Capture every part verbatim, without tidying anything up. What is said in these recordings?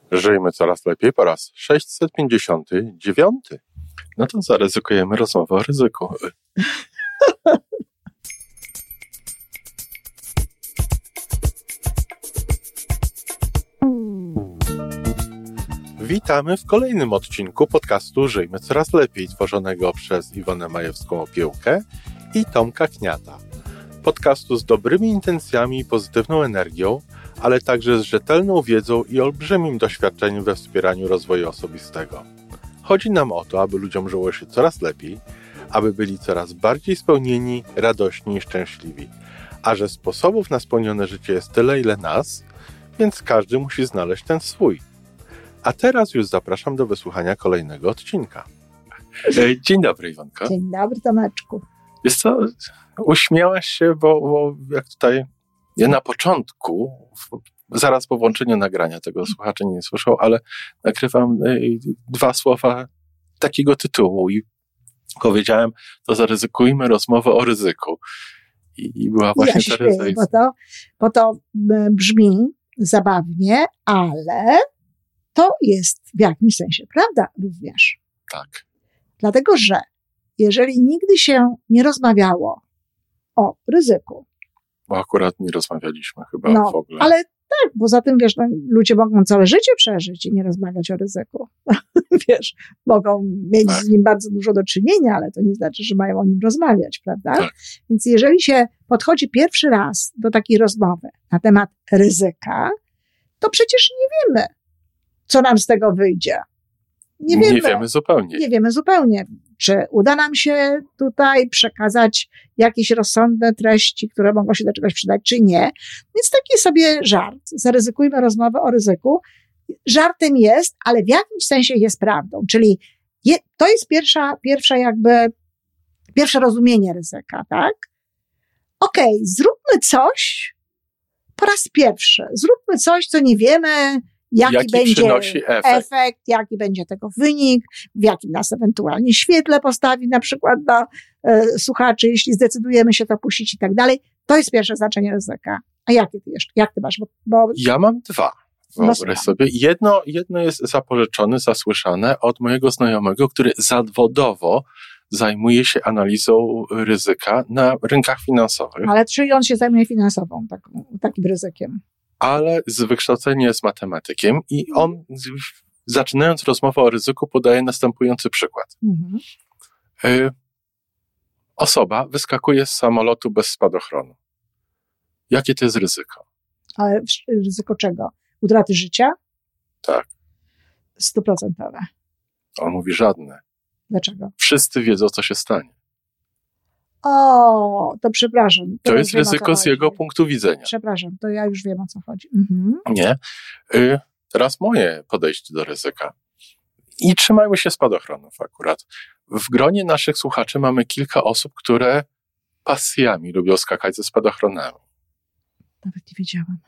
Żyjmy coraz lepiej po raz sześćset pięćdziesiąty dziewiąty. No to zaryzykujemy rozmowę o ryzyku. Witamy w kolejnym odcinku podcastu Żyjmy coraz lepiej, tworzonego przez Iwonę Majewską-Opiełkę i Tomka Kniata. Podcastu z dobrymi intencjami i pozytywną energią, ale także z rzetelną wiedzą i olbrzymim doświadczeniem we wspieraniu rozwoju osobistego. Chodzi nam o to, aby ludziom żyło się coraz lepiej, aby byli coraz bardziej spełnieni, radośni i szczęśliwi. A że sposobów na spełnione życie jest tyle, ile nas, więc każdy musi znaleźć ten swój. A teraz już zapraszam do wysłuchania kolejnego odcinka. Dzień dobry, Iwonko. Dzień dobry, Tomeczku. Wiesz co, uśmiałaś się, bo, bo jak tutaj ja na początku, zaraz po włączeniu nagrania, tego słuchacze nie słyszał, ale nagrywam dwa słowa takiego tytułu i powiedziałem, to zaryzykujmy rozmowę o ryzyku. I, i była właśnie ja się ta śmieję, bo to, bo to brzmi zabawnie, ale to jest w jakimś sensie prawda również. Tak. Dlatego, że jeżeli nigdy się nie rozmawiało o ryzyku, bo akurat nie rozmawialiśmy chyba no, w ogóle. Ale tak, poza tym, wiesz, no, ludzie mogą całe życie przeżyć i nie rozmawiać o ryzyku. Wiesz, mogą mieć tak. z nim bardzo dużo do czynienia, ale to nie znaczy, że mają o nim rozmawiać, prawda? Tak. Więc jeżeli się podchodzi pierwszy raz do takiej rozmowy na temat ryzyka, to przecież nie wiemy, co nam z tego wyjdzie. Nie wiemy, nie wiemy zupełnie. Nie wiemy zupełnie, czy uda nam się tutaj przekazać jakieś rozsądne treści, które mogą się do czegoś przydać, czy nie. Więc taki sobie żart. Zaryzykujmy rozmowę o ryzyku. Żartem jest, ale w jakimś sensie jest prawdą. Czyli je, to jest pierwsza, pierwsza jakby, pierwsze rozumienie ryzyka, tak? Okej, okay, zróbmy coś po raz pierwszy. Zróbmy coś, co nie wiemy, Jaki, jaki będzie przynosi efekt. efekt, jaki będzie tego wynik, w jakim nas ewentualnie świetle postawi na przykład dla e, słuchaczy, jeśli zdecydujemy się to puścić i tak dalej. To jest pierwsze znaczenie ryzyka. A jakie ty jeszcze? Jak ty masz? Bo, bo... Ja mam dwa. Wyobraź sobie. Jedno, jedno jest zapożyczone, zasłyszane od mojego znajomego, który zawodowo zajmuje się analizą ryzyka na rynkach finansowych. Ale czyli on się zajmuje finansową, tak, takim ryzykiem. Ale z wykształcenia jest matematykiem i on, zaczynając rozmowę o ryzyku, podaje następujący przykład. Mhm. Y, osoba wyskakuje z samolotu bez spadochronu. Jakie to jest ryzyko? Ale ryzyko czego? Utraty życia? Tak. Stuprocentowe. On mówi żadne. Dlaczego? Wszyscy wiedzą, co się stanie. O, to przepraszam. To, to jest wiem, ryzyko z jego punktu widzenia. Przepraszam, to ja już wiem, o co chodzi. Mhm. Nie. Y, teraz moje podejście do ryzyka. I trzymajmy się spadochronów akurat. W gronie naszych słuchaczy mamy kilka osób, które pasjami lubią skakać ze spadochronami. Nawet nie wiedziałam.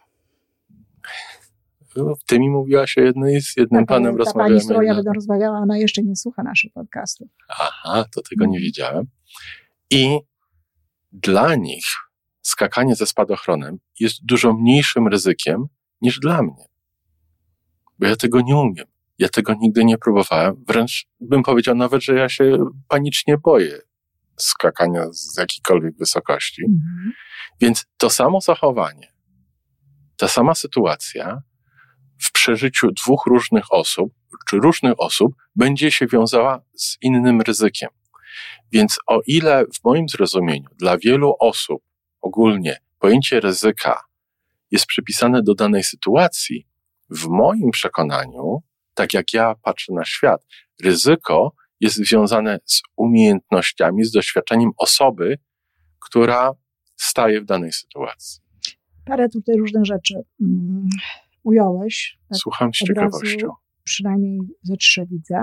Ty mi mówiłaś o jednej, z jednym ta, panem ta rozmawiamy. Pani, z którą ja będę rozmawiała, ona jeszcze nie słucha naszych podcastów. Aha, to tego nie wiedziałem. I dla nich skakanie ze spadochronem jest dużo mniejszym ryzykiem niż dla mnie. Bo ja tego nie umiem. Ja tego nigdy nie próbowałem. Wręcz bym powiedział nawet, że ja się panicznie boję skakania z jakiejkolwiek wysokości. Mhm. Więc to samo zachowanie, ta sama sytuacja w przeżyciu dwóch różnych osób, czy różnych osób, będzie się wiązała z innym ryzykiem. Więc o ile w moim zrozumieniu dla wielu osób ogólnie pojęcie ryzyka jest przypisane do danej sytuacji, w moim przekonaniu, tak jak ja patrzę na świat, ryzyko jest związane z umiejętnościami, z doświadczeniem osoby, która staje w danej sytuacji. Parę tutaj różnych rzeczy um, ująłeś. Tak. Słucham z ciekawością. Przynajmniej ze trzy widzę.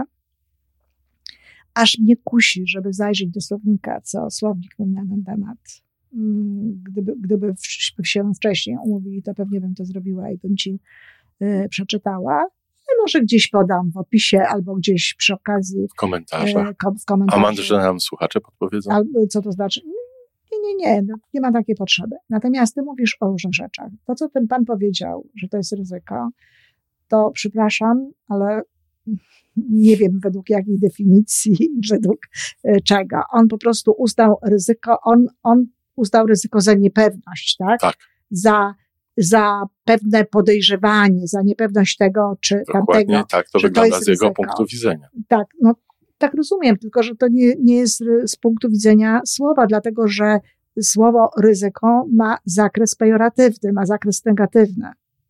Aż mnie kusi, żeby zajrzeć do słownika, co słownik mówi na ten temat. Gdyby, gdyby się wcześniej umówili, to pewnie bym to zrobiła i bym ci y, przeczytała. I może gdzieś podam w opisie, albo gdzieś przy okazji. W komentarzach. Y, w komentarzach. A mam, że nam słuchacze podpowiedzą? Albo, co to znaczy? Nie, nie, nie, no, nie ma takiej potrzeby. Natomiast ty mówisz o różnych rzeczach. To, co ten pan powiedział, że to jest ryzyko, to przepraszam, ale nie wiem według jakiej definicji, według czego. On po prostu uznał ryzyko, on, on uznał ryzyko za niepewność, tak? Tak. Za, za pewne podejrzewanie, za niepewność tego, czy Dokładnie tamtego. tak to czy wygląda to z jego ryzyko. punktu widzenia. Tak, no tak rozumiem, tylko że to nie, nie jest z punktu widzenia słowa, dlatego że słowo ryzyko ma zakres pejoratywny, ma zakres negatywny.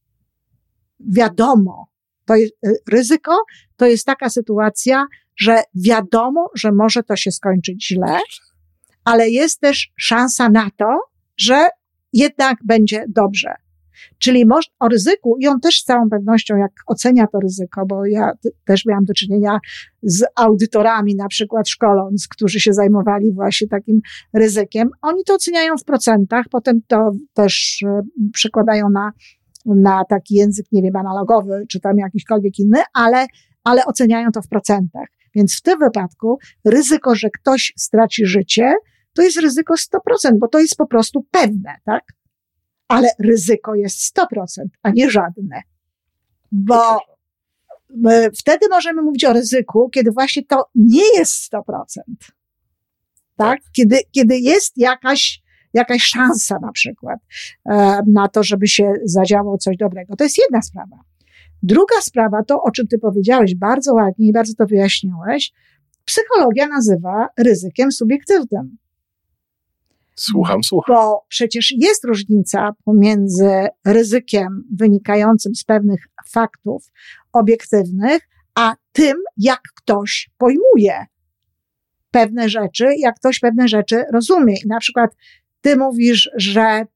Wiadomo, to jest, ryzyko to jest taka sytuacja, że wiadomo, że może to się skończyć źle, ale jest też szansa na to, że jednak będzie dobrze. Czyli moż, o ryzyku, i on też z całą pewnością, jak ocenia to ryzyko, bo ja t- też miałam do czynienia z audytorami, na przykład szkoląc, którzy się zajmowali właśnie takim ryzykiem, oni to oceniają w procentach, potem to też e, przekładają na, na taki język, nie wiem, analogowy, czy tam jakiśkolwiek inny, ale, ale oceniają to w procentach. Więc w tym wypadku ryzyko, że ktoś straci życie, to jest ryzyko sto procent, bo to jest po prostu pewne, tak? Ale ryzyko jest sto procent, a nie żadne. Bo my wtedy możemy mówić o ryzyku, kiedy właśnie to nie jest sto procent. Tak? Kiedy, kiedy jest jakaś, jakaś szansa na przykład e, na to, żeby się zadziało coś dobrego. To jest jedna sprawa. Druga sprawa, to o czym ty powiedziałeś bardzo ładnie i bardzo to wyjaśniłeś, psychologia nazywa ryzykiem subiektywnym. Słucham, słucham. Bo przecież jest różnica pomiędzy ryzykiem wynikającym z pewnych faktów obiektywnych, a tym, jak ktoś pojmuje pewne rzeczy, jak ktoś pewne rzeczy rozumie. I na przykład ty mówisz, że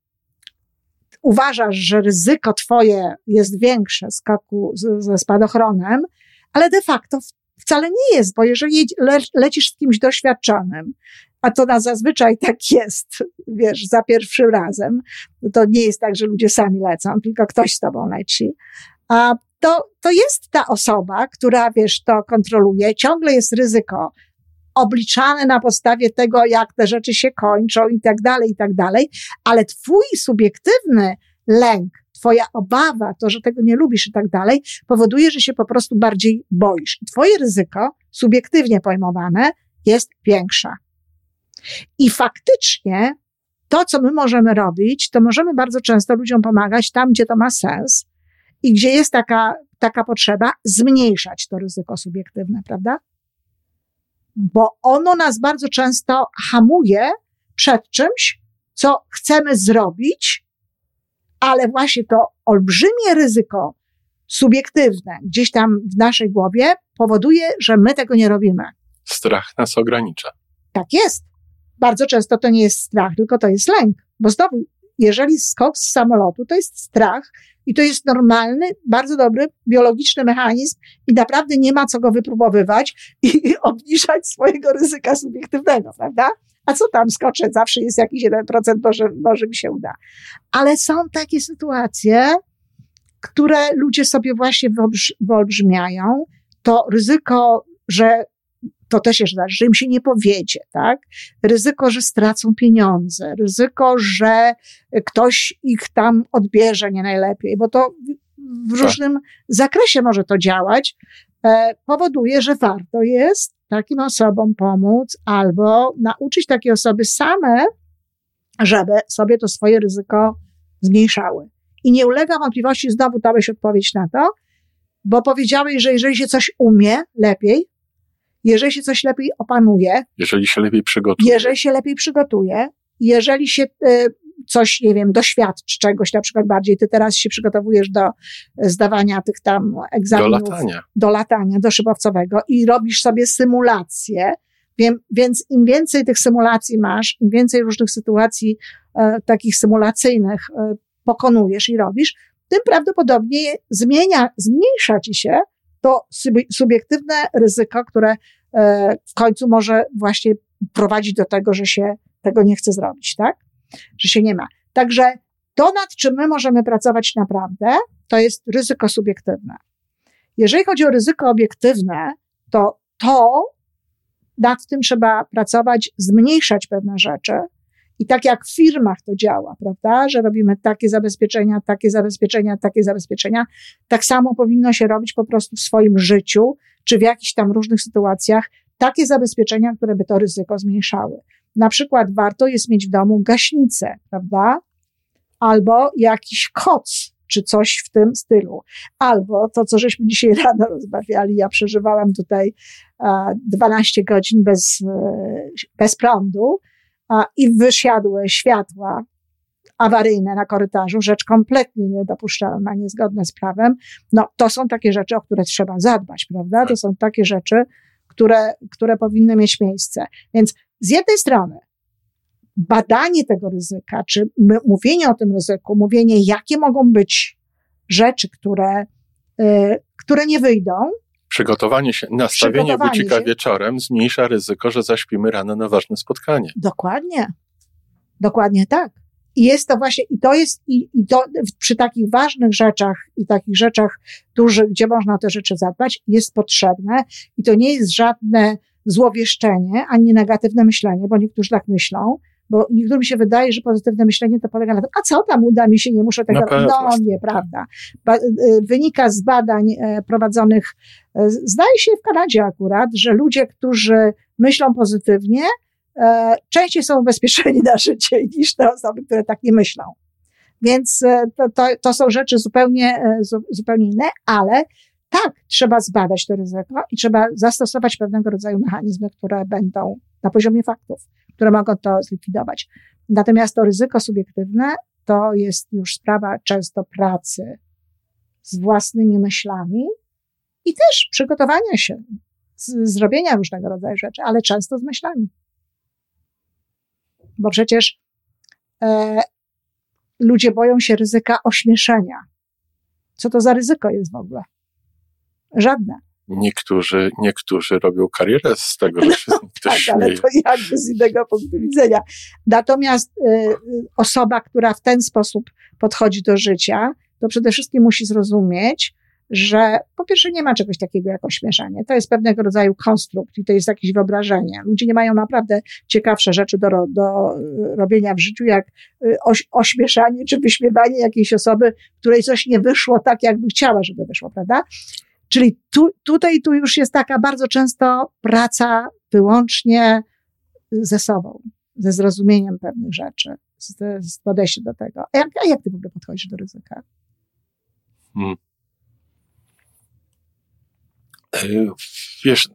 uważasz, że ryzyko twoje jest większe skoku z, ze spadochronem, ale de facto wcale nie jest, bo jeżeli le, lecisz z kimś doświadczonym, a to na zazwyczaj tak jest, wiesz, za pierwszym razem, to nie jest tak, że ludzie sami lecą, tylko ktoś z tobą leci, a to, to jest ta osoba, która, wiesz, to kontroluje, ciągle jest ryzyko obliczane na podstawie tego, jak te rzeczy się kończą i tak dalej, i tak dalej, ale twój subiektywny lęk, twoja obawa, to, że tego nie lubisz i tak dalej, powoduje, że się po prostu bardziej boisz. Twoje ryzyko, subiektywnie pojmowane, jest większe. I faktycznie to, co my możemy robić, to możemy bardzo często ludziom pomagać tam, gdzie to ma sens i gdzie jest taka, taka potrzeba, zmniejszać to ryzyko subiektywne, prawda? Bo ono nas bardzo często hamuje przed czymś, co chcemy zrobić, ale właśnie to olbrzymie ryzyko subiektywne gdzieś tam w naszej głowie powoduje, że my tego nie robimy. Strach nas ogranicza. Tak jest. Bardzo często to nie jest strach, tylko to jest lęk. Bo znowu, jeżeli skok z samolotu, to jest strach i to jest normalny, bardzo dobry biologiczny mechanizm i naprawdę nie ma co go wypróbowywać i, i obniżać swojego ryzyka subiektywnego, prawda? A co tam skoczę? Zawsze jest jakiś jeden procent, może, może mi się uda. Ale są takie sytuacje, które ludzie sobie właśnie wyobrz- wyolbrzymiają. To ryzyko, że to też się zdarzy, że im się nie powiedzie, tak? Ryzyko, że stracą pieniądze, ryzyko, że ktoś ich tam odbierze nie najlepiej, bo to w różnym tak. zakresie może to działać, e, powoduje, że warto jest takim osobom pomóc albo nauczyć takie osoby same, żeby sobie to swoje ryzyko zmniejszały. I nie ulega wątpliwości, znowu dałeś odpowiedź na to, bo powiedziałeś, że jeżeli się coś umie lepiej, jeżeli się coś lepiej opanuje, jeżeli się lepiej przygotuje, jeżeli się lepiej przygotuje, jeżeli się y, coś, nie wiem, doświadczy czegoś, na przykład bardziej, ty teraz się przygotowujesz do zdawania tych tam egzaminów, do latania, do, latania, do szybowcowego i robisz sobie symulacje, wiem, więc im więcej tych symulacji masz, im więcej różnych sytuacji e, takich symulacyjnych e, pokonujesz i robisz, tym prawdopodobnie zmienia, zmniejsza ci się to subiektywne ryzyko, które e, w końcu może właśnie prowadzić do tego, że się tego nie chce zrobić, tak? Że się nie ma. Także to, nad czym my możemy pracować naprawdę, to jest ryzyko subiektywne. Jeżeli chodzi o ryzyko obiektywne, to to nad tym trzeba pracować, zmniejszać pewne rzeczy I tak jak w firmach to działa, prawda, że robimy takie zabezpieczenia, takie zabezpieczenia, takie zabezpieczenia, tak samo powinno się robić po prostu w swoim życiu, czy w jakichś tam różnych sytuacjach, takie zabezpieczenia, które by to ryzyko zmniejszały. Na przykład warto jest mieć w domu gaśnicę, prawda, albo jakiś koc, czy coś w tym stylu. Albo to, co żeśmy dzisiaj rano rozmawiali, ja przeżywałam tutaj dwanaście godzin bez, bez prądu a, i wysiadły światła awaryjne na korytarzu, rzecz kompletnie niedopuszczalna, niezgodna z prawem. No, to są takie rzeczy, o które trzeba zadbać, prawda? To są takie rzeczy, które, które powinny mieć miejsce. Więc z jednej strony badanie tego ryzyka, czy mówienie o tym ryzyku, mówienie, jakie mogą być rzeczy, które, y, które nie wyjdą. Przygotowanie się, nastawienie Przygotowanie budzika się. wieczorem zmniejsza ryzyko, że zaśpimy rano na ważne spotkanie. Dokładnie. Dokładnie tak. I jest to właśnie, i to jest, i, i to przy takich ważnych rzeczach i takich rzeczach dużych, gdzie można o te rzeczy zadbać, jest potrzebne i to nie jest żadne złowieszczenie, ani negatywne myślenie, bo niektórzy tak myślą, bo niektórym się wydaje, że pozytywne myślenie to polega na tym, a co tam uda mi się, nie muszę tego robić. No, nieprawda. Ba- wynika z badań prowadzonych, zdaje się w Kanadzie akurat, że ludzie, którzy myślą pozytywnie, częściej są ubezpieczeni na życie niż te osoby, które tak nie myślą. Więc to, to, to są rzeczy zupełnie, zupełnie inne, ale tak, trzeba zbadać to ryzyko i trzeba zastosować pewnego rodzaju mechanizmy, które będą na poziomie faktów, które mogą to zlikwidować. Natomiast to ryzyko subiektywne to jest już sprawa często pracy z własnymi myślami i też przygotowania się, z, zrobienia różnego rodzaju rzeczy, ale często z myślami. Bo przecież e, ludzie boją się ryzyka ośmieszenia. Co to za ryzyko jest w ogóle? Żadne. Niektórzy, niektórzy robią karierę z tego, że się no, ktoś tak, śmieje. ale to jakby z innego punktu widzenia. Natomiast y, osoba, która w ten sposób podchodzi do życia, to przede wszystkim musi zrozumieć, że po pierwsze nie ma czegoś takiego jak ośmieszanie. To jest pewnego rodzaju konstrukt i to jest jakieś wyobrażenie. Ludzie nie mają naprawdę ciekawsze rzeczy do, do robienia w życiu, jak oś, ośmieszanie czy wyśmiewanie jakiejś osoby, której coś nie wyszło tak, jakby chciała, żeby wyszło, prawda? Czyli tu, tutaj tu już jest taka bardzo często praca wyłącznie ze sobą, ze zrozumieniem pewnych rzeczy, z, z podejściem do tego. A jak, a jak ty w ogóle podchodzisz do ryzyka? Hmm. Wiesz,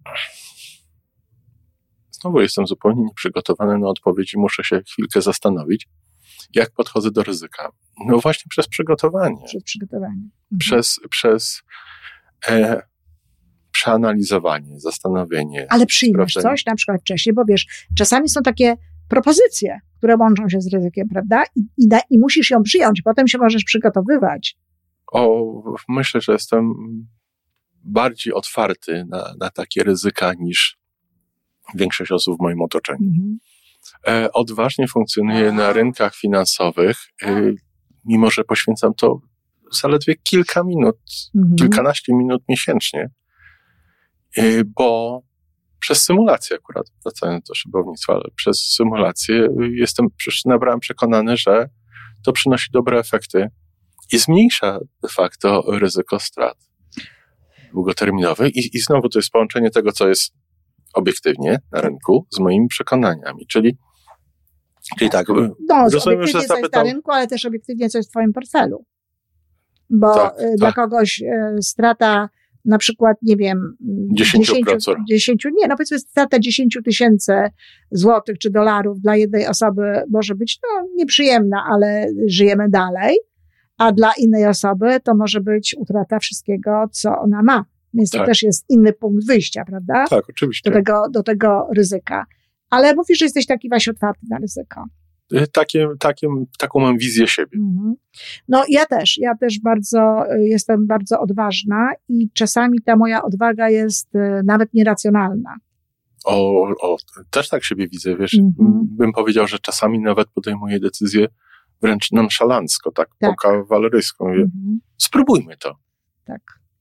znowu jestem zupełnie nieprzygotowany na odpowiedź i muszę się chwilkę zastanowić, jak podchodzę do ryzyka. No właśnie przez przygotowanie. Przez przygotowanie. Mhm. Przez, przez e, przeanalizowanie, zastanowienie. Ale przyjmiesz sprawdzenie. coś na przykład wcześniej, bo wiesz, czasami są takie propozycje, które łączą się z ryzykiem, prawda? I, i, da, i musisz ją przyjąć, potem się możesz przygotowywać. O, myślę, że jestem bardziej otwarty na, na takie ryzyka niż większość osób w moim otoczeniu. Mhm. E, odważnie funkcjonuję na rynkach finansowych, e, mimo że poświęcam to zaledwie kilka minut, mhm. kilkanaście minut miesięcznie, e, bo przez symulację akurat, wracając do szybownictwa, ale przez symulację jestem, nabrałem przekonany, że to przynosi dobre efekty i zmniejsza de facto ryzyko strat długoterminowych. I, i znowu to jest połączenie tego, co jest obiektywnie na rynku z moimi przekonaniami, czyli, czyli tak. No, rozumiem, że co jest na rynku, ale też obiektywnie co jest w twoim portfelu. Bo tak, dla tak. kogoś e, strata na przykład, nie wiem, dziesięć, nie, no powiedzmy strata dziesięć tysięcy złotych czy dolarów dla jednej osoby może być no, nieprzyjemna, ale żyjemy dalej, a dla innej osoby to może być utrata wszystkiego, co ona ma. Więc tak. to też jest inny punkt wyjścia, prawda? Tak, oczywiście. Do tego, do tego ryzyka. Ale mówisz, że jesteś taki właśnie otwarty na ryzyko. Takie, takie, taką mam wizję siebie. Mhm. No ja też, ja też bardzo, jestem bardzo odważna i czasami ta moja odwaga jest nawet nieracjonalna. O, o też tak siebie widzę, wiesz, mhm. bym powiedział, że czasami nawet podejmuję decyzję wręcz nonszalancko, tak, tak. po kawaleryjsku. Mhm. Spróbujmy to. Tak.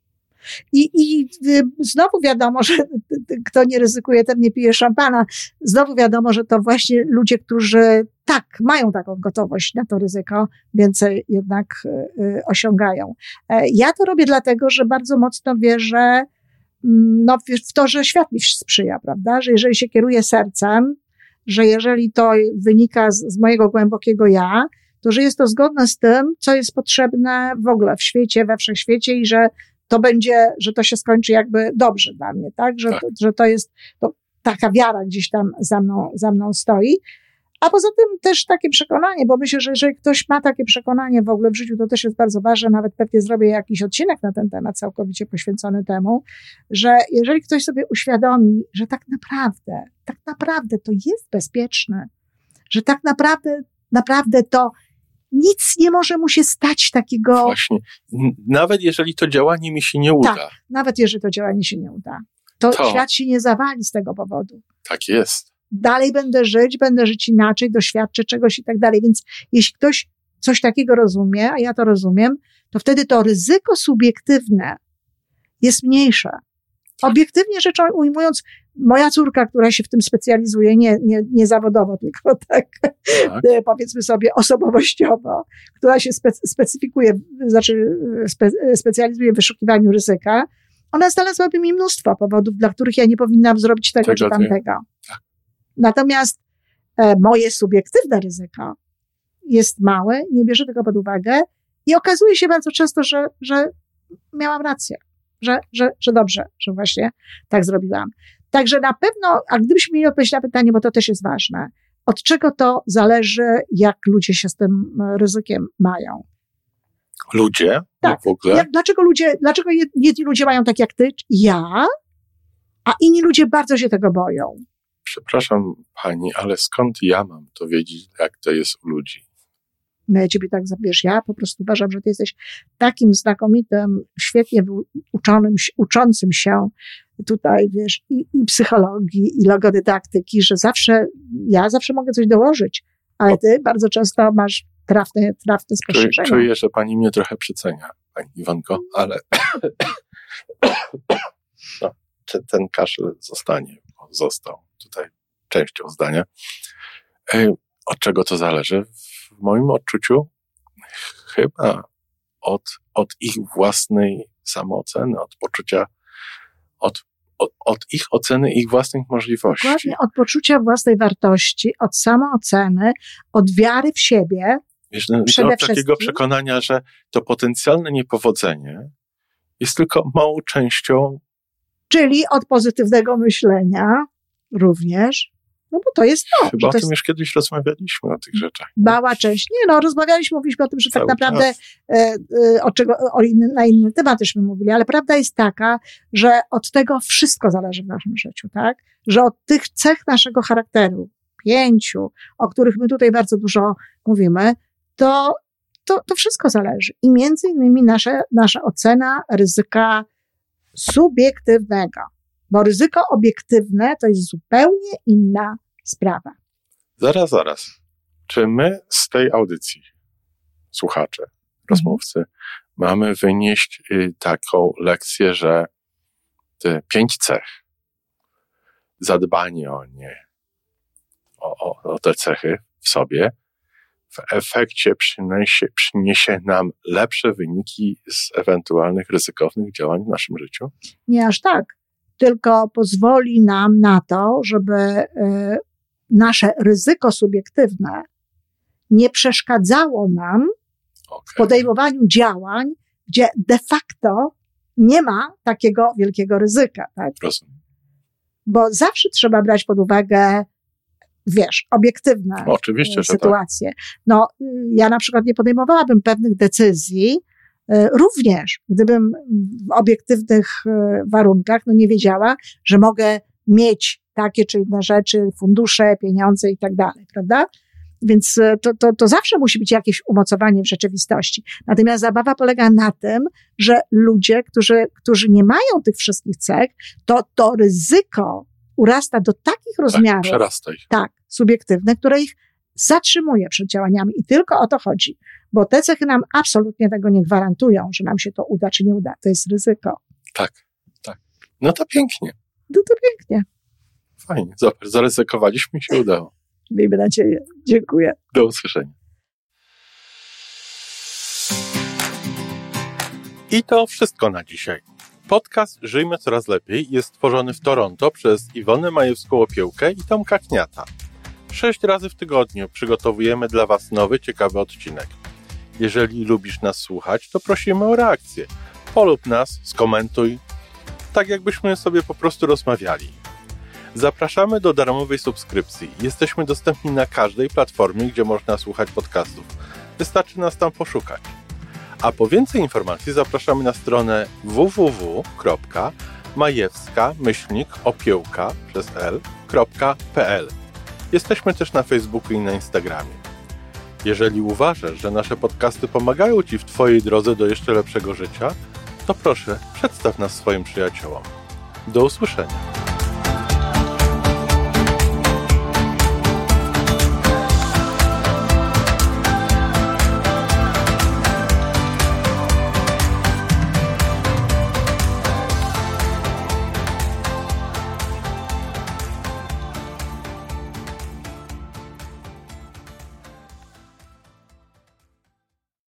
I, I znowu wiadomo, że kto nie ryzykuje, ten nie pije szampana. Znowu wiadomo, że to właśnie ludzie, którzy tak, mają taką gotowość na to ryzyko, więcej jednak y, osiągają. Ja to robię dlatego, że bardzo mocno wierzę no, w to, że świat mi sprzyja, prawda? Że jeżeli się kieruję sercem, że jeżeli to wynika z, z mojego głębokiego ja, to że jest to zgodne z tym, co jest potrzebne w ogóle w świecie, we wszechświecie i że to będzie, że to się skończy jakby dobrze dla mnie, tak? Że, tak. To, że to jest to, taka wiara gdzieś tam za mną, za mną stoi. A poza tym też takie przekonanie, bo myślę, że jeżeli ktoś ma takie przekonanie w ogóle w życiu, to też jest bardzo ważne, nawet pewnie zrobię jakiś odcinek na ten temat całkowicie poświęcony temu, że jeżeli ktoś sobie uświadomi, że tak naprawdę, tak naprawdę to jest bezpieczne, że tak naprawdę, naprawdę to nic nie może mu się stać takiego... Właśnie. Nawet jeżeli to działanie mi się nie uda. Tak, nawet jeżeli to działanie się nie uda. To, to świat się nie zawali z tego powodu. Tak jest. Dalej będę żyć, będę żyć inaczej, doświadczę czegoś i tak dalej. Więc jeśli ktoś coś takiego rozumie, a ja to rozumiem, to wtedy to ryzyko subiektywne jest mniejsze. Obiektywnie rzecz ujmując, moja córka, która się w tym specjalizuje, nie, nie, nie zawodowo, tylko tak, tak. powiedzmy sobie osobowościowo, która się spe, specyfikuje, znaczy spe, specjalizuje w wyszukiwaniu ryzyka, ona znalazłaby mi mnóstwo powodów, dla których ja nie powinnam zrobić tego, tego czy tamtego. Tak. Natomiast e, moje subiektywne ryzyko jest małe, nie bierze tego pod uwagę i okazuje się bardzo często, że, że miałam rację, że, że, że dobrze, że właśnie tak zrobiłam. Także na pewno, a gdybyśmy mieli odpowiedzieć na pytanie, bo to też jest ważne, od czego to zależy, jak ludzie się z tym ryzykiem mają? Ludzie? Tak. W ogóle? Jak, dlaczego ludzie, dlaczego jedni ludzie mają tak jak ty, ja, a inni ludzie bardzo się tego boją? Przepraszam pani, ale skąd ja mam to wiedzieć, jak to jest u ludzi? No ja ciebie tak zabierz. Ja po prostu uważam, że ty jesteś takim znakomitym, świetnie uczonym, uczącym się tutaj, wiesz, i, i psychologii, i logodydaktyki, że zawsze, ja zawsze mogę coś dołożyć, ale ty bardzo często masz trafne, trafne spostrzeżenia. Czuję, że pani mnie trochę przecenia, pani Iwonko, ale no, ten kaszel zostanie, został tutaj częścią zdania. Od czego to zależy? W moim odczuciu chyba od, od ich własnej samooceny, od poczucia, od, od, od ich oceny ich własnych możliwości. Dokładnie, od poczucia własnej wartości, od samooceny, od wiary w siebie. Wiesz, no, od takiego przekonania, że to potencjalne niepowodzenie jest tylko małą częścią. Czyli od pozytywnego myślenia również. No bo to jest to. Chyba o to tym jest... już kiedyś rozmawialiśmy, o tych rzeczach. Mała część. Nie no, rozmawialiśmy, mówiliśmy o tym, że Cały tak naprawdę e, e, o czego, o inny, na inny temat teżśmy mówili, ale prawda jest taka, że od tego wszystko zależy w naszym życiu, tak? Że od tych cech naszego charakteru, pięciu, o których my tutaj bardzo dużo mówimy, to, to, to wszystko zależy. I między innymi nasze, nasza ocena ryzyka subiektywnego. Bo ryzyko obiektywne to jest zupełnie inna sprawa. Zaraz, zaraz. Czy my z tej audycji, słuchacze, rozmówcy, mamy wynieść y, taką lekcję, że te pięć cech, zadbanie o nie, o, o, o te cechy w sobie, w efekcie przyniesie, przyniesie nam lepsze wyniki z ewentualnych ryzykownych działań w naszym życiu? Nie aż tak. Tylko pozwoli nam na to, żeby y, nasze ryzyko subiektywne nie przeszkadzało nam okay. w podejmowaniu działań, gdzie de facto nie ma takiego wielkiego ryzyka. Tak? Rozumiem. Bo zawsze trzeba brać pod uwagę, wiesz, obiektywne no, oczywiście, y, sytuacje. Tak. No, y, ja na przykład nie podejmowałabym pewnych decyzji, również gdybym w obiektywnych warunkach no nie wiedziała, że mogę mieć takie czy inne rzeczy, fundusze, pieniądze i tak dalej, prawda? Więc to, to, to zawsze musi być jakieś umocowanie w rzeczywistości. Natomiast zabawa polega na tym, że ludzie, którzy, którzy nie mają tych wszystkich cech, to to ryzyko urasta do takich rozmiarów, tak, przerasta ich. Tak, subiektywne, które ich zatrzymuje przed działaniami i tylko o to chodzi, bo te cechy nam absolutnie tego nie gwarantują, że nam się to uda czy nie uda. To jest ryzyko. Tak, tak. No to pięknie. No to pięknie. Fajnie, zobacz, zaryzykowaliśmy i się udało. Miejmy nadzieję. Dziękuję. Do usłyszenia. I to wszystko na dzisiaj. Podcast Żyjmy Coraz Lepiej jest stworzony w Toronto przez Iwonę Majewską-Opiełkę i Tomka Kniata. Sześć razy w tygodniu przygotowujemy dla Was nowy, ciekawy odcinek. Jeżeli lubisz nas słuchać, to prosimy o reakcję. Polub nas, skomentuj, tak jakbyśmy sobie po prostu rozmawiali. Zapraszamy do darmowej subskrypcji. Jesteśmy dostępni na każdej platformie, gdzie można słuchać podcastów. Wystarczy nas tam poszukać. A po więcej informacji zapraszamy na stronę w w w kropka majewska myślnik opiełka przez l kropka p l. Jesteśmy też na Facebooku i na Instagramie. Jeżeli uważasz, że nasze podcasty pomagają Ci w Twojej drodze do jeszcze lepszego życia, to proszę, przedstaw nas swoim przyjaciołom. Do usłyszenia.